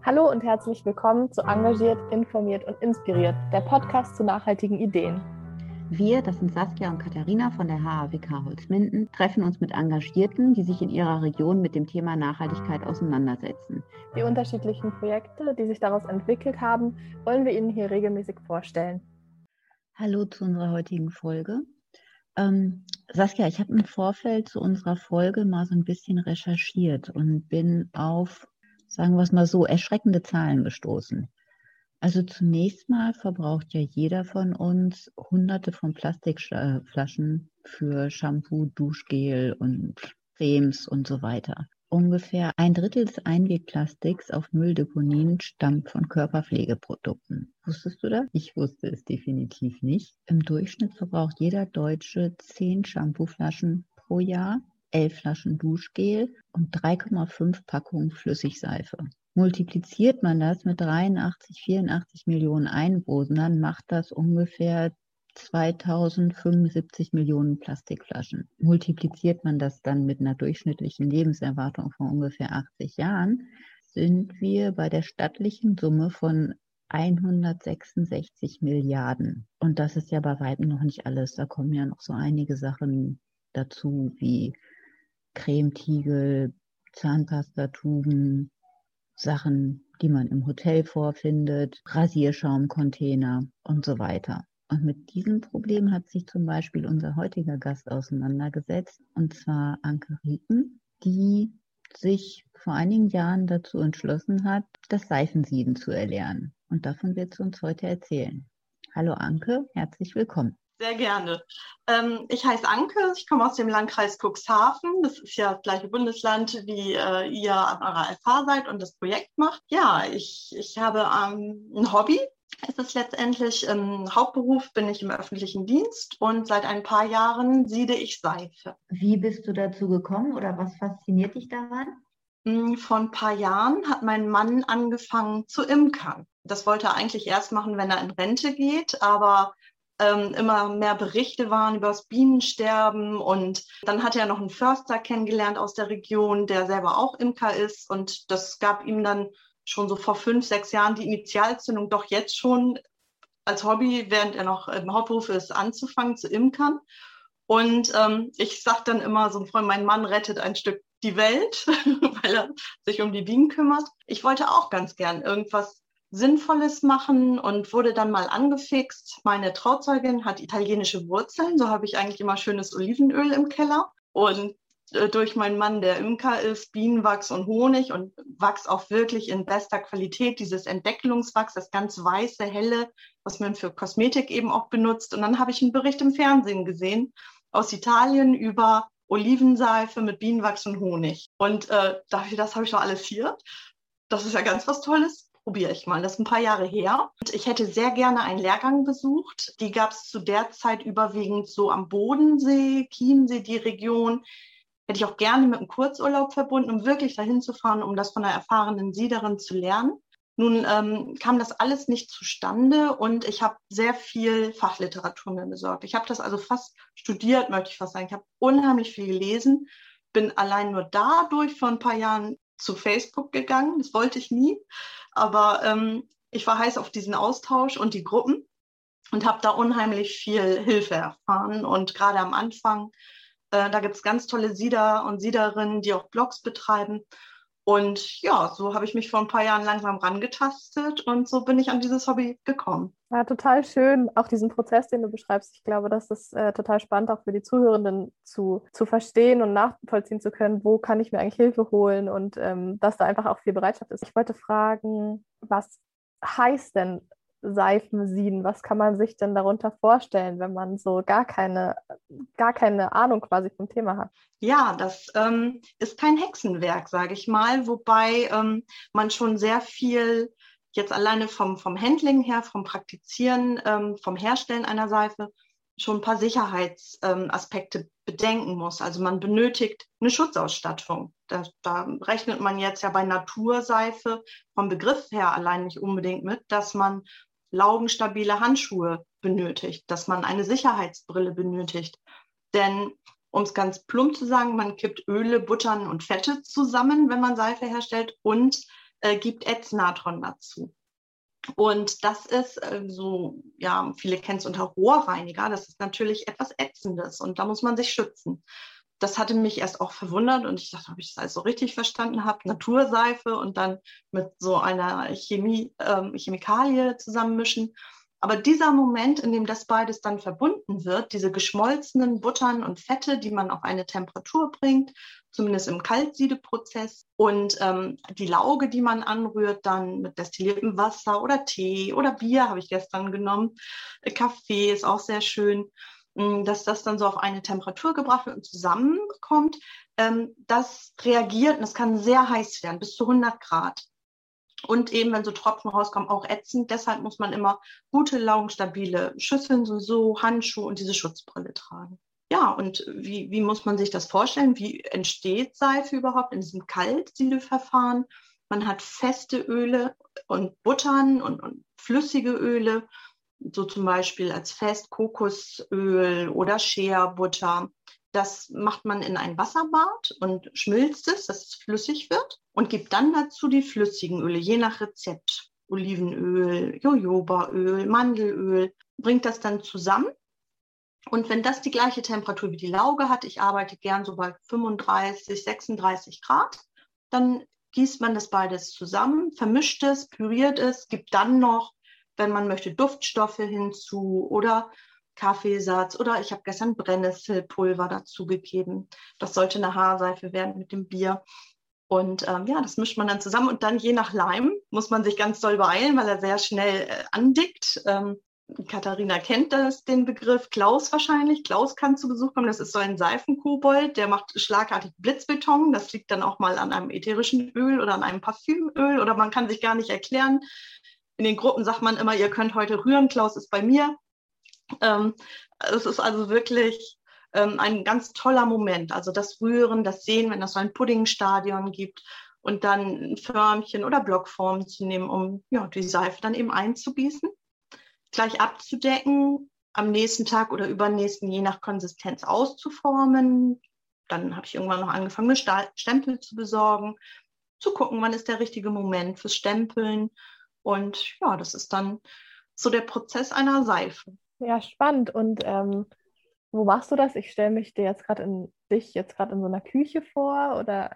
Hallo und herzlich willkommen zu Engagiert, Informiert und Inspiriert, der Podcast zu nachhaltigen Ideen. Wir, das sind Saskia und Katharina von der HAWK Holzminden, treffen uns mit Engagierten, die sich in ihrer Region mit dem Thema Nachhaltigkeit auseinandersetzen. Die unterschiedlichen Projekte, die sich daraus entwickelt haben, wollen wir Ihnen hier regelmäßig vorstellen. Hallo zu unserer heutigen Folge. Saskia, ich habe im Vorfeld zu unserer Folge mal so ein bisschen recherchiert und bin auf, sagen wir es mal so, erschreckende Zahlen gestoßen. Also zunächst mal verbraucht ja jeder von uns Hunderte von Plastikflaschen für Shampoo, Duschgel und Cremes und so weiter. Ungefähr 1/3 des Einwegplastiks auf Mülldeponien stammt von Körperpflegeprodukten. Wusstest du das? Ich wusste es definitiv nicht. Im Durchschnitt verbraucht jeder Deutsche 10 Shampooflaschen pro Jahr, 11 Flaschen Duschgel und 3,5 Packungen Flüssigseife. Multipliziert man das mit 83, 84 Millionen Einwohnern, macht das ungefähr 2075 Millionen Plastikflaschen. Multipliziert man das dann mit einer durchschnittlichen Lebenserwartung von ungefähr 80 Jahren, sind wir bei der stattlichen Summe von 166 Milliarden. Und das ist ja bei weitem noch nicht alles. Da kommen ja noch so einige Sachen dazu, wie Cremetiegel, Zahnpastatuben, Sachen, die man im Hotel vorfindet, Rasierschaumcontainer und so weiter. Und mit diesem Problem hat sich zum Beispiel unser heutiger Gast auseinandergesetzt, und zwar Anke Rieken, die sich vor einigen Jahren dazu entschlossen hat, das Seifensieden zu erlernen. Und davon wird sie uns heute erzählen. Hallo Anke, herzlich willkommen. Sehr gerne. Ich heiße Anke, ich komme aus dem Landkreis Cuxhaven. Das ist ja das gleiche Bundesland, wie ihr an eurer FH seid und das Projekt macht. Ja, ich habe ein Hobby. Es ist letztendlich Hauptberuf, bin ich im öffentlichen Dienst und seit ein paar Jahren siede ich Seife. Wie bist du dazu gekommen oder was fasziniert dich daran? Vor ein paar Jahren hat mein Mann angefangen zu imkern. Das wollte er eigentlich erst machen, wenn er in Rente geht, aber immer mehr Berichte waren über das Bienensterben und dann hat er noch einen Förster kennengelernt aus der Region, der selber auch Imker ist und das gab ihm dann schon so vor 5, 6 Jahren die Initialzündung, doch jetzt schon als Hobby, während er noch im Hauptberuf ist, anzufangen zu imkern. Und ich sage dann immer so, mein Mann rettet ein Stück die Welt, weil er sich um die Bienen kümmert. Ich wollte auch ganz gern irgendwas Sinnvolles machen und wurde dann mal angefixt. Meine Trauzeugin hat italienische Wurzeln, so habe ich eigentlich immer schönes Olivenöl im Keller. Und durch meinen Mann, der Imker ist, Bienenwachs und Honig und Wachs auch wirklich in bester Qualität, dieses Entdeckelungswachs, das ganz weiße, helle, was man für Kosmetik eben auch benutzt. Und dann habe ich einen Bericht im Fernsehen gesehen aus Italien über Olivenseife mit Bienenwachs und Honig. Und das habe ich doch alles hier. Das ist ja ganz was Tolles. Probiere ich mal. Das ist ein paar Jahre her. Und ich hätte sehr gerne einen Lehrgang besucht. Die gab es zu der Zeit überwiegend so am Bodensee, Chiemsee, die Region. Hätte ich auch gerne mit einem Kurzurlaub verbunden, um wirklich dahin zu fahren, um das von einer erfahrenen Siederin zu lernen. Nun kam das alles nicht zustande und ich habe sehr viel Fachliteratur mir besorgt. Ich habe das also fast studiert, möchte ich fast sagen. Ich habe unheimlich viel gelesen, bin allein nur dadurch vor ein paar Jahren zu Facebook gegangen. Das wollte ich nie, aber ich war heiß auf diesen Austausch und die Gruppen und habe da unheimlich viel Hilfe erfahren. Und gerade am Anfang, da gibt es ganz tolle Sieder und Siederinnen, die auch Blogs betreiben. Und ja, so habe ich mich vor ein paar Jahren langsam rangetastet und so bin ich an dieses Hobby gekommen. Ja, total schön, auch diesen Prozess, den du beschreibst. Ich glaube, das ist total spannend, auch für die Zuhörenden zu verstehen und nachvollziehen zu können, wo kann ich mir eigentlich Hilfe holen und dass da einfach auch viel Bereitschaft ist. Ich wollte fragen, was heißt denn Seifensieden? Was kann man sich denn darunter vorstellen, wenn man so gar keine Ahnung quasi vom Thema hat? Ja, das ist kein Hexenwerk, sage ich mal, wobei man schon sehr viel jetzt alleine vom Handling her, vom Praktizieren, vom Herstellen einer Seife schon ein paar Sicherheitsaspekte bedenken muss. Also man benötigt eine Schutzausstattung. Da rechnet man jetzt ja bei Naturseife vom Begriff her allein nicht unbedingt mit, dass man laubenstabile Handschuhe benötigt, dass man eine Sicherheitsbrille benötigt. Denn um es ganz plump zu sagen, man kippt Öle, Buttern und Fette zusammen, wenn man Seife herstellt und gibt Ätznatron dazu. Und das ist viele kennen es unter Rohrreiniger, das ist natürlich etwas Ätzendes und da muss man sich schützen. Das hatte mich erst auch verwundert und ich dachte, ob ich das alles so richtig verstanden habe, Naturseife und dann mit so einer Chemikalie zusammenmischen. Aber dieser Moment, in dem das beides dann verbunden wird, diese geschmolzenen Buttern und Fette, die man auf eine Temperatur bringt, zumindest im Kaltsiedeprozess, und die Lauge, die man anrührt, dann mit destilliertem Wasser oder Tee oder Bier, habe ich gestern genommen, Kaffee ist auch sehr schön, dass das dann so auf eine Temperatur gebracht wird und zusammenkommt, das reagiert und das kann sehr heiß werden, bis zu 100 Grad. Und eben, wenn so Tropfen rauskommen, auch ätzend. Deshalb muss man immer gute, laugenstabile Schüsseln, so Handschuhe und diese Schutzbrille tragen. Ja, und wie muss man sich das vorstellen? Wie entsteht Seife überhaupt in diesem Kaltsiedeverfahren? Man hat feste Öle und Buttern und flüssige Öle, so zum Beispiel als Fest Kokosöl oder Shea-Butter. Das macht man in ein Wasserbad und schmilzt es, dass es flüssig wird und gibt dann dazu die flüssigen Öle, je nach Rezept. Olivenöl, Jojobaöl, Mandelöl, bringt das dann zusammen. Und wenn das die gleiche Temperatur wie die Lauge hat, ich arbeite gern so bei 35, 36 Grad, dann gießt man das beides zusammen, vermischt es, püriert es, gibt dann noch, wenn man möchte, Duftstoffe hinzu oder Kaffeesatz oder ich habe gestern Brennnesselpulver dazugegeben. Das sollte eine Haarseife werden mit dem Bier. Und das mischt man dann zusammen und dann je nach Leim muss man sich ganz doll beeilen, weil er sehr schnell andickt. Katharina kennt den Begriff, Klaus wahrscheinlich. Klaus kann zu Besuch kommen, das ist so ein Seifenkobold, der macht schlagartig Blitzbeton. Das liegt dann auch mal an einem ätherischen Öl oder an einem Parfümöl oder man kann sich gar nicht erklären. In den Gruppen sagt man immer, ihr könnt heute rühren, Klaus ist bei mir. Es ist also wirklich ein ganz toller Moment. Also das Rühren, das Sehen, wenn es so ein Puddingstadion gibt und dann ein Förmchen oder Blockformen zu nehmen, um die Seife dann eben einzugießen, gleich abzudecken, am nächsten Tag oder übernächsten, je nach Konsistenz auszuformen. Dann habe ich irgendwann noch angefangen, mir Stempel zu besorgen, zu gucken, wann ist der richtige Moment fürs Stempeln. Und das ist dann so der Prozess einer Seife. Ja, spannend. Und wo machst du das? Ich stelle mich dir jetzt gerade in so einer Küche vor oder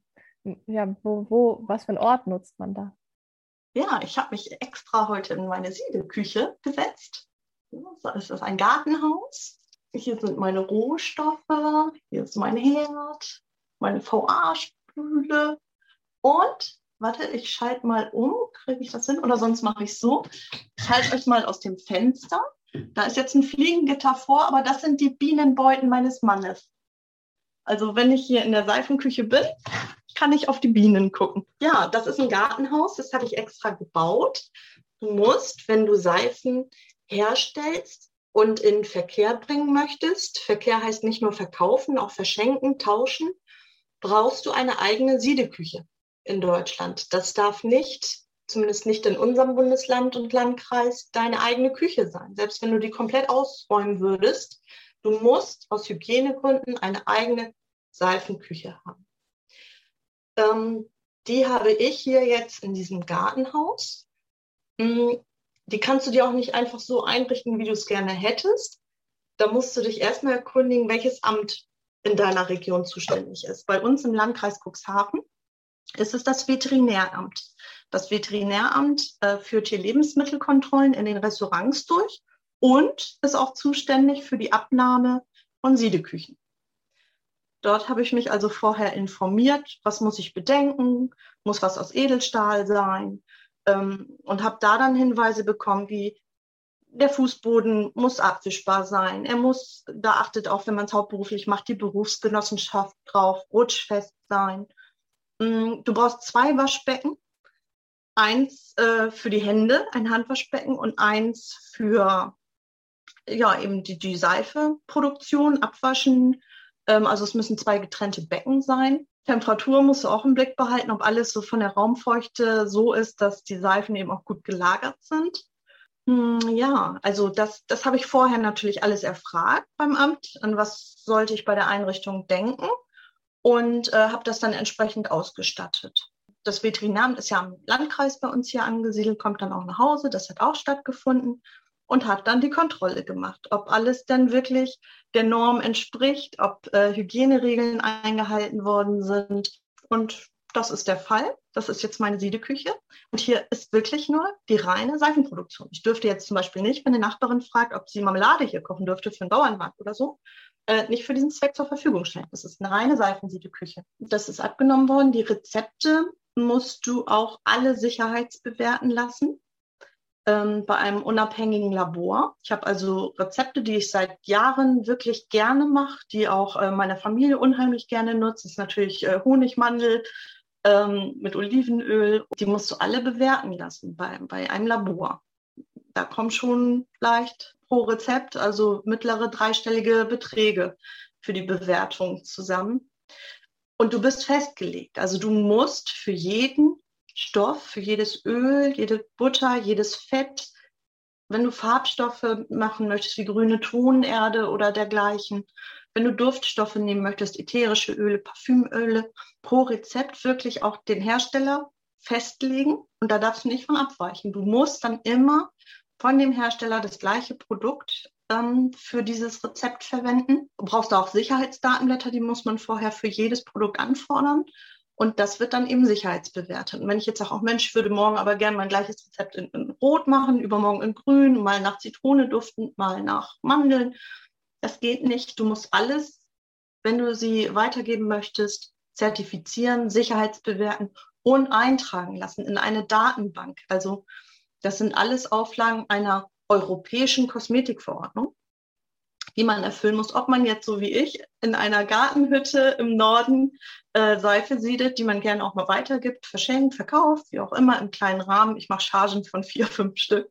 was für einen Ort nutzt man da? Ja, ich habe mich extra heute in meine Siedeküche gesetzt. Es ist ein Gartenhaus. Hier sind meine Rohstoffe, hier ist mein Herd, meine VA-Spüle und warte, ich schalte mal um, kriege ich das hin? Oder sonst mache ich es so. Ich halte euch mal aus dem Fenster. Da ist jetzt ein Fliegengitter vor, aber das sind die Bienenbeuten meines Mannes. Also wenn ich hier in der Seifenküche bin, kann ich auf die Bienen gucken. Ja, das ist ein Gartenhaus, das habe ich extra gebaut. Du musst, wenn du Seifen herstellst und in Verkehr bringen möchtest, Verkehr heißt nicht nur verkaufen, auch verschenken, tauschen, brauchst du eine eigene Siedeküche in Deutschland. Das darf nicht, zumindest nicht in unserem Bundesland und Landkreis, deine eigene Küche sein. Selbst wenn du die komplett ausräumen würdest, du musst aus Hygienegründen eine eigene Seifenküche haben. Die habe ich hier jetzt in diesem Gartenhaus. Die kannst du dir auch nicht einfach so einrichten, wie du es gerne hättest. Da musst du dich erstmal erkundigen, welches Amt in deiner Region zuständig ist. Bei uns im Landkreis Cuxhaven ist es das Veterinäramt. Das Veterinäramt führt hier Lebensmittelkontrollen in den Restaurants durch und ist auch zuständig für die Abnahme von Siedeküchen. Dort habe ich mich also vorher informiert, was muss ich bedenken, muss was aus Edelstahl sein und habe da dann Hinweise bekommen, wie der Fußboden muss abwischbar sein. Da achtet auch, wenn man es hauptberuflich macht, die Berufsgenossenschaft drauf, rutschfest sein. Du brauchst 2 Waschbecken, eins für die Hände, ein Handwaschbecken und eins für eben die Seifeproduktion, Abwaschen. Also es müssen 2 getrennte Becken sein. Temperatur musst du auch im Blick behalten, ob alles so von der Raumfeuchte so ist, dass die Seifen eben auch gut gelagert sind. Also das habe ich vorher natürlich alles erfragt beim Amt. An was sollte ich bei der Einrichtung denken? Und habe das dann entsprechend ausgestattet. das Veterinäramt ist ja am Landkreis bei uns hier angesiedelt, kommt dann auch nach Hause, das hat auch stattgefunden und hat dann die Kontrolle gemacht, ob alles dann wirklich der Norm entspricht, ob Hygieneregeln eingehalten worden sind. Und das ist der Fall. Das ist jetzt meine Siedeküche. Und hier ist wirklich nur die reine Seifenproduktion. Ich dürfte jetzt zum Beispiel nicht, wenn eine Nachbarin fragt, ob sie Marmelade hier kochen dürfte für einen Bauernmarkt oder so, nicht für diesen Zweck zur Verfügung stellen. Das ist eine reine Seifensiedeküche. Das ist abgenommen worden. Die Rezepte musst du auch alle sicherheitsbewerten lassen bei einem unabhängigen Labor. Ich habe also Rezepte, die ich seit Jahren wirklich gerne mache, die auch meine Familie unheimlich gerne nutzt. Das ist natürlich Honigmandel mit Olivenöl. Die musst du alle bewerten lassen bei einem Labor. Da kommen schon leicht pro Rezept, also mittlere dreistellige Beträge für die Bewertung zusammen. Und du bist festgelegt. Also du musst für jeden Stoff, für jedes Öl, jede Butter, jedes Fett, wenn du Farbstoffe machen möchtest, wie grüne Tonerde oder dergleichen, wenn du Duftstoffe nehmen möchtest, ätherische Öle, Parfümöle, pro Rezept wirklich auch den Hersteller festlegen und da darfst du nicht von abweichen. Du musst dann immer von dem Hersteller das gleiche Produkt für dieses Rezept verwenden. Du brauchst auch Sicherheitsdatenblätter, die muss man vorher für jedes Produkt anfordern. Und das wird dann eben sicherheitsbewertet. Und wenn ich jetzt sage, auch Mensch, ich würde morgen aber gerne mein gleiches Rezept in Rot machen, übermorgen in Grün, mal nach Zitrone duftend, mal nach Mandeln, das geht nicht. Du musst alles, wenn du sie weitergeben möchtest, zertifizieren, sicherheitsbewerten und eintragen lassen in eine Datenbank. Also das sind alles Auflagen einer europäischen Kosmetikverordnung, die man erfüllen muss, ob man jetzt so wie ich in einer Gartenhütte im Norden Seife siedet, die man gerne auch mal weitergibt, verschenkt, verkauft, wie auch immer, im kleinen Rahmen. Ich mache Chargen von 4, 5 Stück.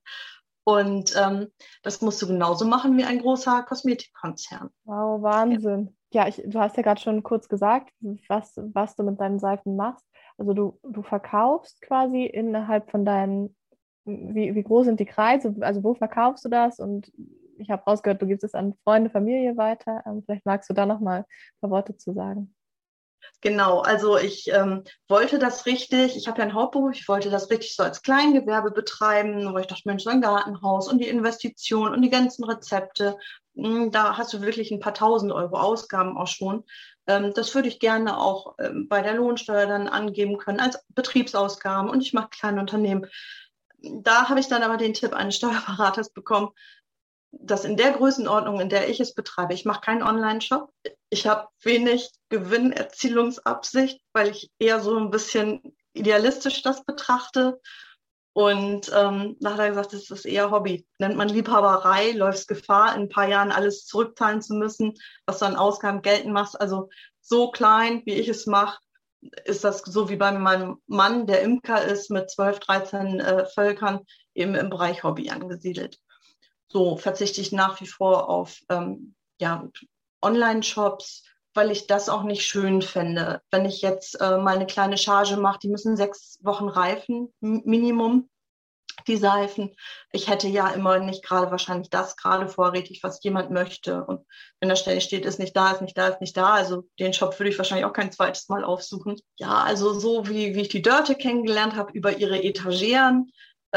Und das musst du genauso machen wie ein großer Kosmetikkonzern. Wow, Wahnsinn. Ja, du hast ja gerade schon kurz gesagt, was du mit deinen Seifen machst. Also du verkaufst quasi innerhalb von deinen, wie groß sind die Kreise? Also wo verkaufst du das? Und ich habe rausgehört, du gibst es an Freunde, Familie weiter. Vielleicht magst du da nochmal ein paar Worte zu sagen. Genau, also ich wollte das richtig, ich habe ja einen Hauptberuf, ich wollte das richtig so als Kleingewerbe betreiben, weil ich dachte, Mensch, so ein Gartenhaus und die Investition und die ganzen Rezepte, da hast du wirklich ein paar tausend Euro Ausgaben auch schon. Das würde ich gerne auch bei der Lohnsteuer dann angeben können als Betriebsausgaben und ich mache kleine Unternehmen. Da habe ich dann aber den Tipp eines Steuerberaters bekommen, dass in der Größenordnung, in der ich es betreibe, ich mache keinen Online-Shop. Ich habe wenig Gewinnerzielungsabsicht, weil ich eher so ein bisschen idealistisch das betrachte. Und da hat er gesagt, das ist eher Hobby. Nennt man Liebhaberei, läufst Gefahr, in ein paar Jahren alles zurückzahlen zu müssen, was du an Ausgaben geltend machst. Also so klein, wie ich es mache, ist das so wie bei meinem Mann, der Imker ist, mit 12, 13 Völkern, eben im Bereich Hobby angesiedelt. So verzichte ich nach wie vor auf Online-Shops, weil ich das auch nicht schön fände. Wenn ich jetzt mal eine kleine Charge mache, die müssen 6 Wochen reifen, Minimum, die Seifen. Ich hätte ja immer nicht gerade wahrscheinlich das gerade vorrätig, was jemand möchte. Und wenn da ständig steht, ist nicht da, ist nicht da, ist nicht da. Also den Shop würde ich wahrscheinlich auch kein zweites Mal aufsuchen. Ja, also so wie ich die Dörte kennengelernt habe über ihre Etageren,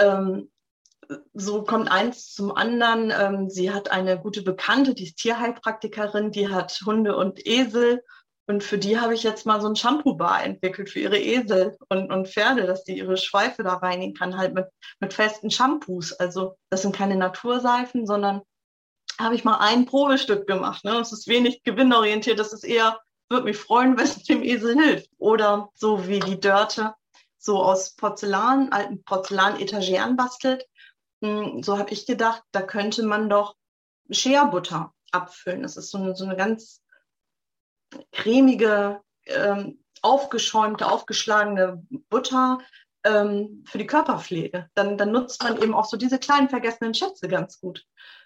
so kommt eins zum anderen. Sie hat eine gute Bekannte, die ist Tierheilpraktikerin, die hat Hunde und Esel. Und für die habe ich jetzt mal so ein Shampoo-Bar entwickelt für ihre Esel und Pferde, dass die ihre Schweife da reinigen kann, halt mit festen Shampoos. Also das sind keine Naturseifen, sondern habe ich mal ein Probestück gemacht. Ne? Das ist wenig gewinnorientiert, das ist eher, würde mich freuen, wenn es dem Esel hilft. Oder so wie die Dörte so aus Porzellan, alten Porzellan-Etageren bastelt. So habe ich gedacht, da könnte man doch Shea-Butter abfüllen. Das ist so eine ganz cremige, aufgeschäumte, aufgeschlagene Butter für die Körperpflege. Dann nutzt man eben auch so diese kleinen vergessenen Schätze ganz gut.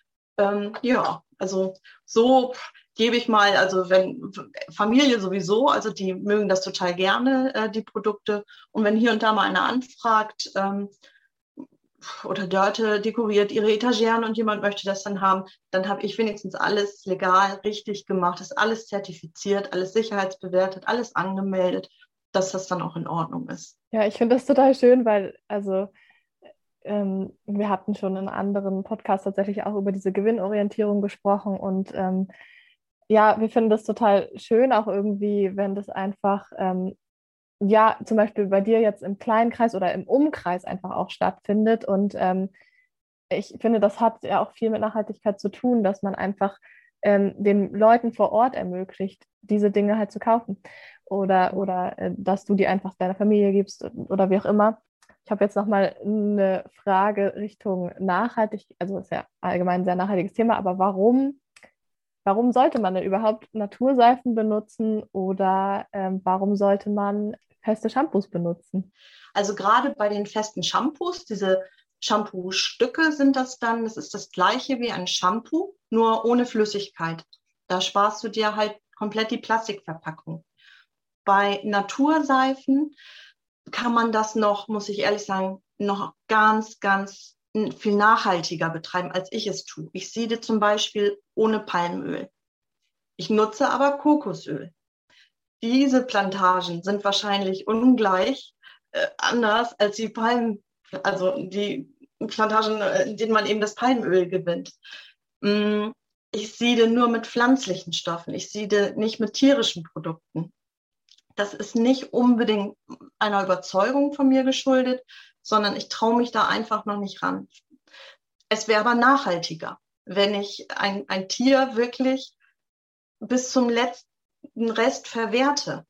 Also so gebe ich mal, also wenn Familie sowieso, also die mögen das total gerne, die Produkte. Und wenn hier und da mal einer anfragt, oder Dörte dekoriert ihre Etageren und jemand möchte das dann haben, dann habe ich wenigstens alles legal, richtig gemacht, ist alles zertifiziert, alles sicherheitsbewertet, alles angemeldet. dass das dann auch in Ordnung ist. Ja, ich finde das total schön, weil wir hatten schon in anderen Podcasts tatsächlich auch über diese Gewinnorientierung gesprochen und ja, wir finden das total schön, auch irgendwie, wenn das einfach, ja, zum Beispiel bei dir jetzt im kleinen Kreis oder im Umkreis einfach auch stattfindet. Und ich finde, das hat ja auch viel mit Nachhaltigkeit zu tun, dass man einfach den Leuten vor Ort ermöglicht, diese Dinge halt zu kaufen. Oder dass du die einfach deiner Familie gibst oder wie auch immer. Ich habe jetzt nochmal eine Frage Richtung nachhaltig, also das ist ja allgemein ein sehr nachhaltiges Thema, aber warum sollte man denn überhaupt Naturseifen benutzen oder warum sollte man feste Shampoos benutzen? Also gerade bei den festen Shampoos, diese Shampoo-Stücke sind das dann, das ist das gleiche wie ein Shampoo, nur ohne Flüssigkeit. Da sparst du dir halt komplett die Plastikverpackung. Bei Naturseifen kann man das noch, muss ich ehrlich sagen, noch ganz, ganz viel nachhaltiger betreiben, als ich es tue. Ich siede zum Beispiel ohne Palmöl. Ich nutze aber Kokosöl. Diese Plantagen sind wahrscheinlich ungleich anders als die die Plantagen, in denen man eben das Palmöl gewinnt. Ich siede nur mit pflanzlichen Stoffen. Ich siede nicht mit tierischen Produkten. Das ist nicht unbedingt einer Überzeugung von mir geschuldet, sondern ich traue mich da einfach noch nicht ran. Es wäre aber nachhaltiger, wenn ich ein Tier wirklich bis zum letzten Rest verwerte.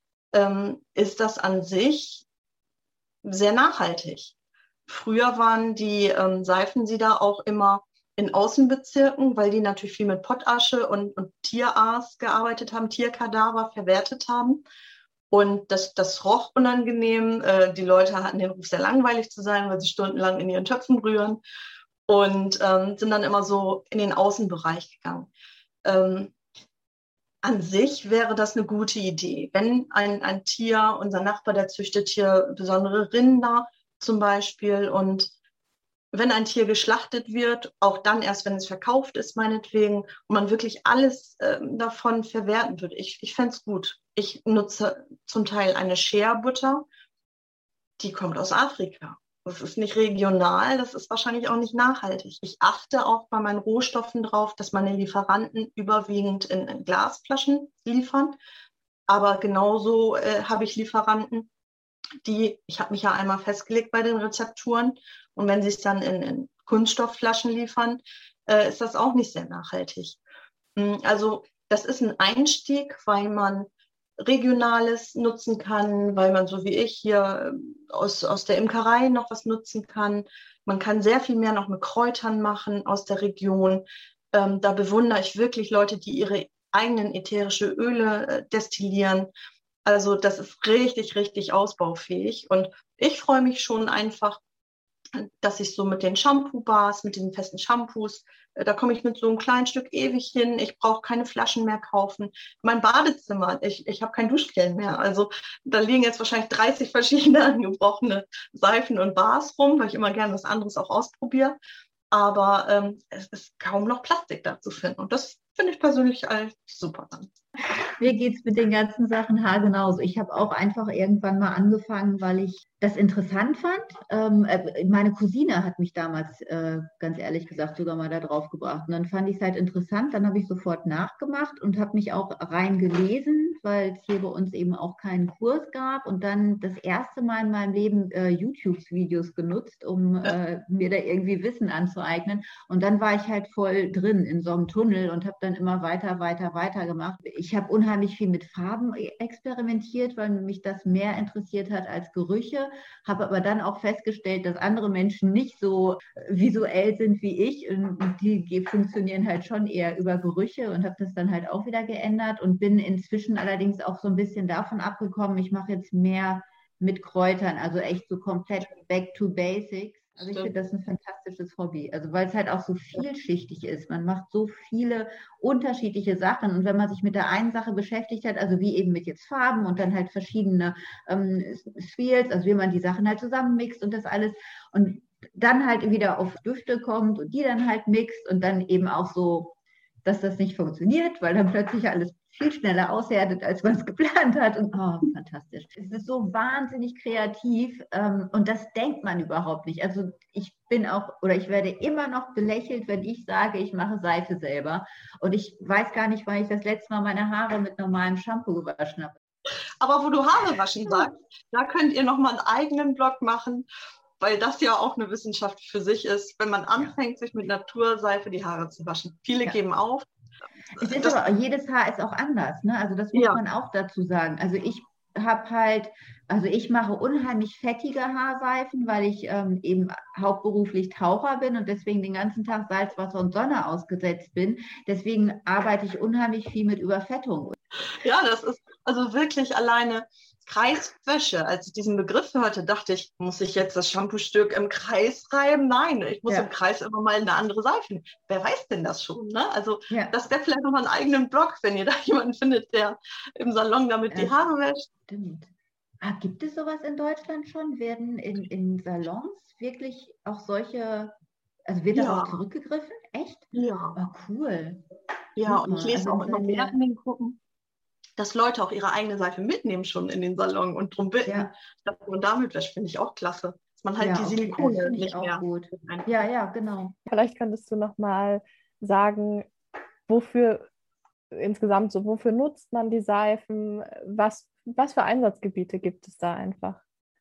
Ist das an sich sehr nachhaltig. Früher waren die Seifensieder auch immer in Außenbezirken, weil die natürlich viel mit Pottasche und Tieraas gearbeitet haben, Tierkadaver verwertet haben. Und das roch unangenehm. Die Leute hatten den Ruf, sehr langweilig zu sein, weil sie stundenlang in ihren Töpfen rühren und sind dann immer so in den Außenbereich gegangen. An sich wäre das eine gute Idee. Wenn ein Tier, unser Nachbar, der züchtet hier besondere Rinder zum Beispiel, und wenn ein Tier geschlachtet wird, auch dann erst, wenn es verkauft ist, meinetwegen, und man wirklich alles davon verwerten würde. Ich fände es gut. Ich nutze zum Teil eine Shea-Butter, die kommt aus Afrika. Das ist nicht regional, das ist wahrscheinlich auch nicht nachhaltig. Ich achte auch bei meinen Rohstoffen drauf, dass meine Lieferanten überwiegend in Glasflaschen liefern. Aber genauso habe ich Lieferanten, ich habe mich ja einmal festgelegt bei den Rezepturen, und wenn sie es dann in Kunststoffflaschen liefern, ist das auch nicht sehr nachhaltig. Also das ist ein Einstieg, weil man Regionales nutzen kann, weil man so wie ich hier aus der Imkerei noch was nutzen kann. Man kann sehr viel mehr noch mit Kräutern machen aus der Region. Da bewundere ich wirklich Leute, die ihre eigenen ätherische Öle destillieren. Also das ist richtig, richtig ausbaufähig. Und ich freue mich schon einfach, dass ich so mit den Shampoo-Bars, mit diesen festen Shampoos, da komme ich mit so einem kleinen Stück ewig hin. Ich brauche keine Flaschen mehr kaufen. Mein Badezimmer, ich habe kein Duschgel mehr. Also da liegen jetzt wahrscheinlich 30 verschiedene angebrochene Seifen und Bars rum, weil ich immer gerne was anderes auch ausprobiere. Aber es ist kaum noch Plastik da zu finden. Und das finde ich persönlich super dann. Mir geht es mit den ganzen Sachen haargenauso. Ich habe auch einfach irgendwann mal angefangen, weil ich das interessant fand. Meine Cousine hat mich damals, ganz ehrlich gesagt, sogar mal da drauf gebracht. Und dann fand ich es halt interessant. Dann habe ich sofort nachgemacht und habe mich auch reingelesen, weil es hier bei uns eben auch keinen Kurs gab. Und dann das erste Mal in meinem Leben YouTube-Videos genutzt, um mir da irgendwie Wissen anzueignen. Und dann war ich halt voll drin in so einem Tunnel und habe dann immer weiter gemacht. Ich habe unheimlich viel mit Farben experimentiert, weil mich das mehr interessiert hat als Gerüche, habe aber dann auch festgestellt, dass andere Menschen nicht so visuell sind wie ich, und die funktionieren halt schon eher über Gerüche, und habe das dann halt auch wieder geändert und bin inzwischen allerdings auch so ein bisschen davon abgekommen, ich mache jetzt mehr mit Kräutern, also echt so komplett back to basics. Also ich finde das ein fantastisches Hobby, also weil es halt auch so vielschichtig ist. Man macht so viele unterschiedliche Sachen, und wenn man sich mit der einen Sache beschäftigt hat, also wie eben mit jetzt Farben und dann halt verschiedene Swirls, also wie man die Sachen halt zusammenmixt und das alles, und dann halt wieder auf Düfte kommt und die dann halt mixt und dann eben auch so, dass das nicht funktioniert, weil dann plötzlich alles viel schneller aushärtet, als man es geplant hat. Und fantastisch. Es ist so wahnsinnig kreativ und das denkt man überhaupt nicht. Also ich werde immer noch belächelt, wenn ich sage, ich mache Seife selber. Und ich weiß gar nicht, wann ich das letzte Mal meine Haare mit normalem Shampoo gewaschen habe. Aber wo du Haare waschen sagst, da könnt ihr nochmal einen eigenen Blog machen, weil das ja auch eine Wissenschaft für sich ist, wenn man anfängt, sich mit Naturseife die Haare zu waschen. Viele geben auf. Es ist aber, jedes Haar ist auch anders, ne? Also das muss man auch dazu sagen. Also ich mache unheimlich fettige Haarseifen, weil ich eben hauptberuflich Taucher bin und deswegen den ganzen Tag Salzwasser und Sonne ausgesetzt bin. Deswegen arbeite ich unheimlich viel mit Überfettung. Ja, das ist also wirklich alleine Kreiswäsche. Als ich diesen Begriff hörte, dachte ich, muss ich jetzt das Shampoo-Stück im Kreis reiben? Nein, ich muss im Kreis immer mal eine andere Seife nehmen. Wer weiß denn das schon? Ne? Also das wäre vielleicht nochmal einen eigenen Blog, wenn ihr da jemanden findet, der im Salon damit die Haare wäscht. Stimmt. Gibt es sowas in Deutschland schon? Werden in Salons wirklich auch solche, also wird darauf zurückgegriffen? Echt? Ja. Oh, cool. Ja, und ich lese auch immer mehr in den Gruppen, dass Leute auch ihre eigene Seife mitnehmen schon in den Salon und darum bitten, dass man damit wäscht, finde ich auch klasse. Dass man halt die Silikone nicht mehr. Gut. Ja, genau. Vielleicht könntest du nochmal sagen, wofür nutzt man die Seifen? Was für Einsatzgebiete gibt es da einfach?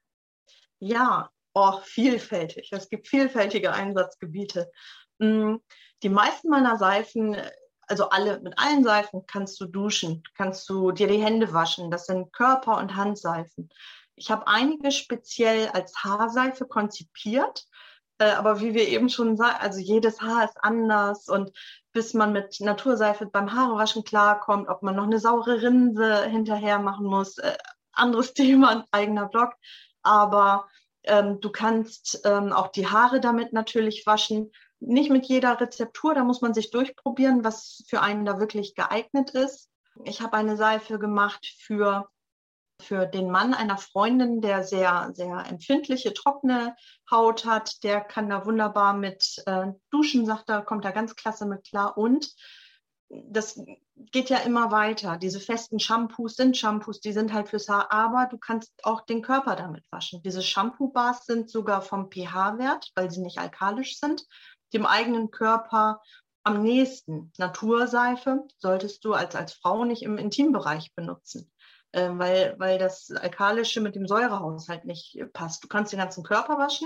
Ja, vielfältig. Es gibt vielfältige Einsatzgebiete. Die meisten meiner Seifen, also mit allen Seifen kannst du duschen, kannst du dir die Hände waschen. Das sind Körper- und Handseifen. Ich habe einige speziell als Haarseife konzipiert, aber wie wir eben schon sagten, also jedes Haar ist anders und bis man mit Naturseife beim Haarewaschen klarkommt, ob man noch eine saure Rinse hinterher machen muss, anderes Thema, ein eigener Blog. Aber du kannst auch die Haare damit natürlich waschen. Nicht mit jeder Rezeptur, da muss man sich durchprobieren, was für einen da wirklich geeignet ist. Ich habe eine Seife gemacht für den Mann einer Freundin, der sehr, sehr empfindliche, trockene Haut hat. Der kann da wunderbar mit duschen, sagt er, kommt da ganz klasse mit klar. Und das geht ja immer weiter. Diese festen Shampoos, die sind halt fürs Haar, aber du kannst auch den Körper damit waschen. Diese Shampoo-Bars sind sogar vom pH-Wert, weil sie nicht alkalisch sind, dem eigenen Körper am nächsten. Naturseife solltest du als Frau nicht im Intimbereich benutzen, weil das Alkalische mit dem Säurehaushalt nicht passt. Du kannst den ganzen Körper waschen,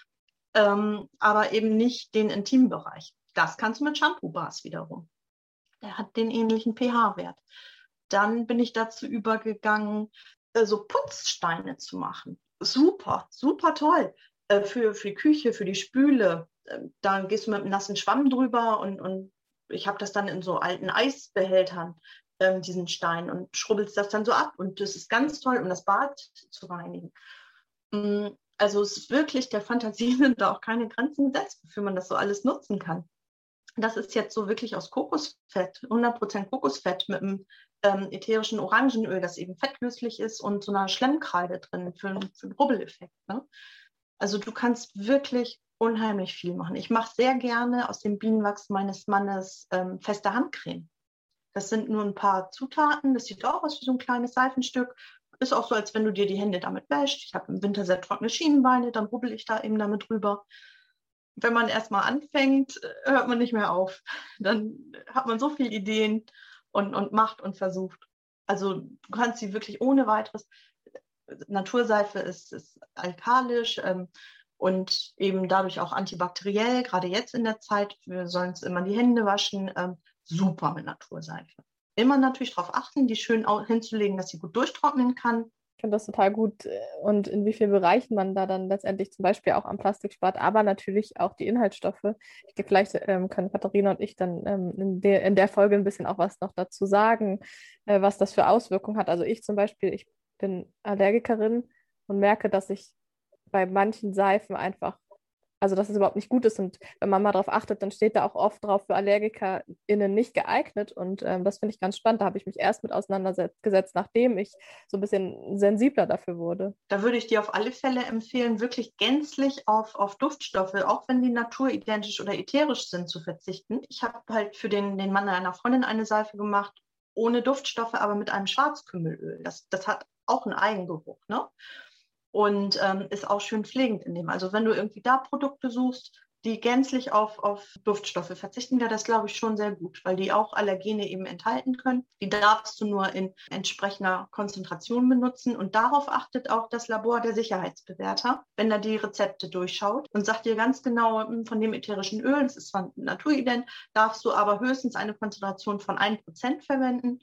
aber eben nicht den Intimbereich. Das kannst du mit Shampoo-Bars wiederum. Der hat den ähnlichen pH-Wert. Dann bin ich dazu übergegangen, so Putzsteine zu machen. Super, super toll. Für die Küche, für die Spüle. Da gehst du mit einem nassen Schwamm drüber und ich habe das dann in so alten Eisbehältern, diesen Stein, und schrubbelst das dann so ab. Und das ist ganz toll, um das Bad zu reinigen. Also es ist wirklich, der Fantasie sind da auch keine Grenzen gesetzt, wofür man das so alles nutzen kann. Das ist jetzt so wirklich aus Kokosfett, 100% Kokosfett mit einem ätherischen Orangenöl, das eben fettlöslich ist und so einer Schlemmkreide drin für einen Rubbeleffekt. Ne? Also du kannst wirklich unheimlich viel machen. Ich mache sehr gerne aus dem Bienenwachs meines Mannes feste Handcreme. Das sind nur ein paar Zutaten. Das sieht auch aus wie so ein kleines Seifenstück. Ist auch so, als wenn du dir die Hände damit wäschst. Ich habe im Winter sehr trockene Schienenbeine, dann rubbel ich da eben damit drüber. Wenn man erstmal anfängt, hört man nicht mehr auf. Dann hat man so viele Ideen und macht und versucht. Also du kannst sie wirklich ohne weiteres. Naturseife ist alkalisch und eben dadurch auch antibakteriell, gerade jetzt in der Zeit. Wir sollen uns immer die Hände waschen. Super mit Naturseife. Immer natürlich darauf achten, die schön hinzulegen, dass sie gut durchtrocknen kann. Ich finde das total gut und in wie vielen Bereichen man da dann letztendlich zum Beispiel auch am Plastik spart, aber natürlich auch die Inhaltsstoffe. Ich denke, vielleicht können Katharina und ich dann in der Folge ein bisschen auch was noch dazu sagen, was das für Auswirkungen hat. Also ich zum Beispiel, ich bin Allergikerin und merke, dass ich bei manchen Seifen einfach, also dass es überhaupt nicht gut ist. Und wenn man mal darauf achtet, dann steht da auch oft drauf, für AllergikerInnen nicht geeignet. Und das finde ich ganz spannend. Da habe ich mich erst mit auseinandergesetzt, nachdem ich so ein bisschen sensibler dafür wurde. Da würde ich dir auf alle Fälle empfehlen, wirklich gänzlich auf Duftstoffe, auch wenn die naturidentisch oder ätherisch sind, zu verzichten. Ich habe halt für den Mann einer Freundin eine Seife gemacht. ohne Duftstoffe, aber mit einem Schwarzkümmelöl. Das hat auch einen Eigengeruch, ne? Und ist auch schön pflegend in dem. Also wenn du irgendwie da Produkte suchst, die gänzlich auf Duftstoffe verzichten, wäre das, glaube ich, schon sehr gut, weil die auch Allergene eben enthalten können. Die darfst du nur in entsprechender Konzentration benutzen. Und darauf achtet auch das Labor der Sicherheitsbewerter, wenn er die Rezepte durchschaut und sagt dir ganz genau, von dem ätherischen Öl, das ist zwar naturident, darfst du aber höchstens eine Konzentration von 1% verwenden.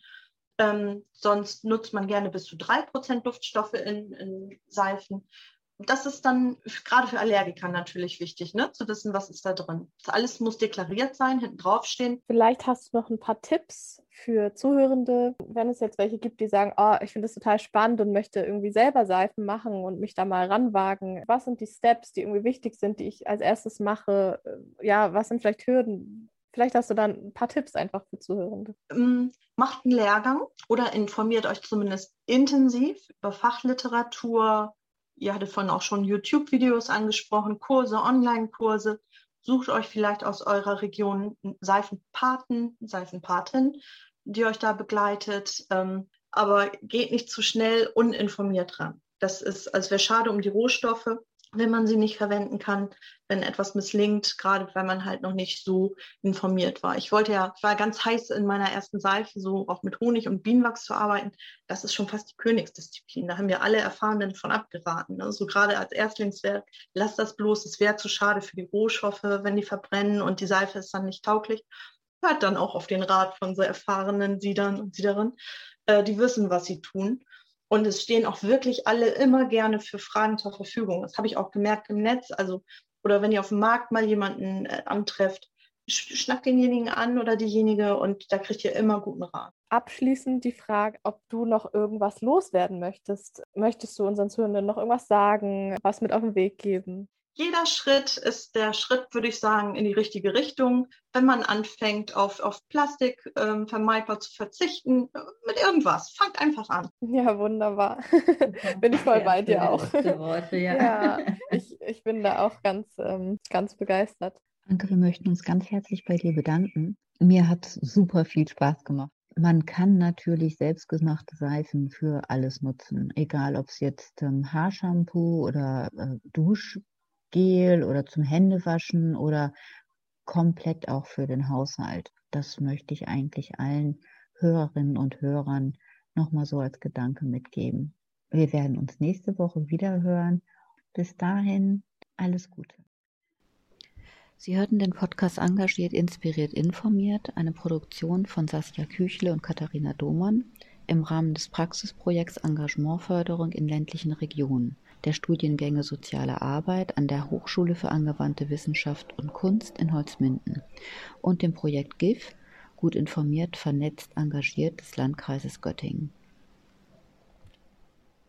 Sonst nutzt man gerne bis zu 3% Duftstoffe in Seifen. Das ist dann gerade für Allergiker natürlich wichtig, ne? Zu wissen, was ist da drin. Das alles muss deklariert sein, hinten drauf stehen. Vielleicht hast du noch ein paar Tipps für Zuhörende, wenn es jetzt welche gibt, die sagen, oh, ich finde das total spannend und möchte irgendwie selber Seifen machen und mich da mal ranwagen. Was sind die Steps, die irgendwie wichtig sind, die ich als erstes mache? Ja, was sind vielleicht Hürden? Vielleicht hast du dann ein paar Tipps einfach für Zuhörende. Macht einen Lehrgang oder informiert euch zumindest intensiv über Fachliteratur. Ihr hattet vorhin auch schon YouTube-Videos angesprochen, Kurse, Online-Kurse. Sucht euch vielleicht aus eurer Region einen Seifenpaten, Seifenpatin, die euch da begleitet. Aber geht nicht zu schnell uninformiert ran. Das ist, also wäre schade um die Rohstoffe, wenn man sie nicht verwenden kann, wenn etwas misslingt, gerade weil man halt noch nicht so informiert war. Ich war ganz heiß in meiner ersten Seife, so auch mit Honig und Bienenwachs zu arbeiten. Das ist schon fast die Königsdisziplin. Da haben wir alle Erfahrenen von abgeraten. Ne? So gerade als Erstlingswerk, lasst das bloß, es wäre zu schade für die Rohstoffe, wenn die verbrennen und die Seife ist dann nicht tauglich. Hört dann auch auf den Rat von so erfahrenen Siedern und Siederinnen, die wissen, was sie tun. Und es stehen auch wirklich alle immer gerne für Fragen zur Verfügung. Das habe ich auch gemerkt im Netz. Also, oder wenn ihr auf dem Markt mal jemanden antrefft, schnackt denjenigen an oder diejenige und da kriegt ihr immer guten Rat. Abschließend die Frage, ob du noch irgendwas loswerden möchtest. Möchtest du unseren Zuhörenden noch irgendwas sagen, was mit auf den Weg geben? Jeder Schritt ist der Schritt, würde ich sagen, in die richtige Richtung. Wenn man anfängt, auf Plastik vermeidbar zu verzichten, mit irgendwas, fangt einfach an. Ja, wunderbar. Bin ich voll bei dir auch. Worte, ja. Ja, ich bin da auch ganz begeistert. Anke, wir möchten uns ganz herzlich bei dir bedanken. Mir hat es super viel Spaß gemacht. Man kann natürlich selbstgemachte Seifen für alles nutzen, egal ob es jetzt Haarshampoo oder Duschgel oder zum Händewaschen oder komplett auch für den Haushalt. Das möchte ich eigentlich allen Hörerinnen und Hörern nochmal so als Gedanke mitgeben. Wir werden uns nächste Woche wieder hören. Bis dahin, alles Gute. Sie hörten den Podcast Engagiert, Inspiriert, Informiert, eine Produktion von Saskia Küchle und Katharina Domann im Rahmen des Praxisprojekts Engagementförderung in ländlichen Regionen der Studiengänge Soziale Arbeit an der Hochschule für angewandte Wissenschaft und Kunst in Holzminden und dem Projekt GIF, gut informiert, vernetzt, engagiert des Landkreises Göttingen.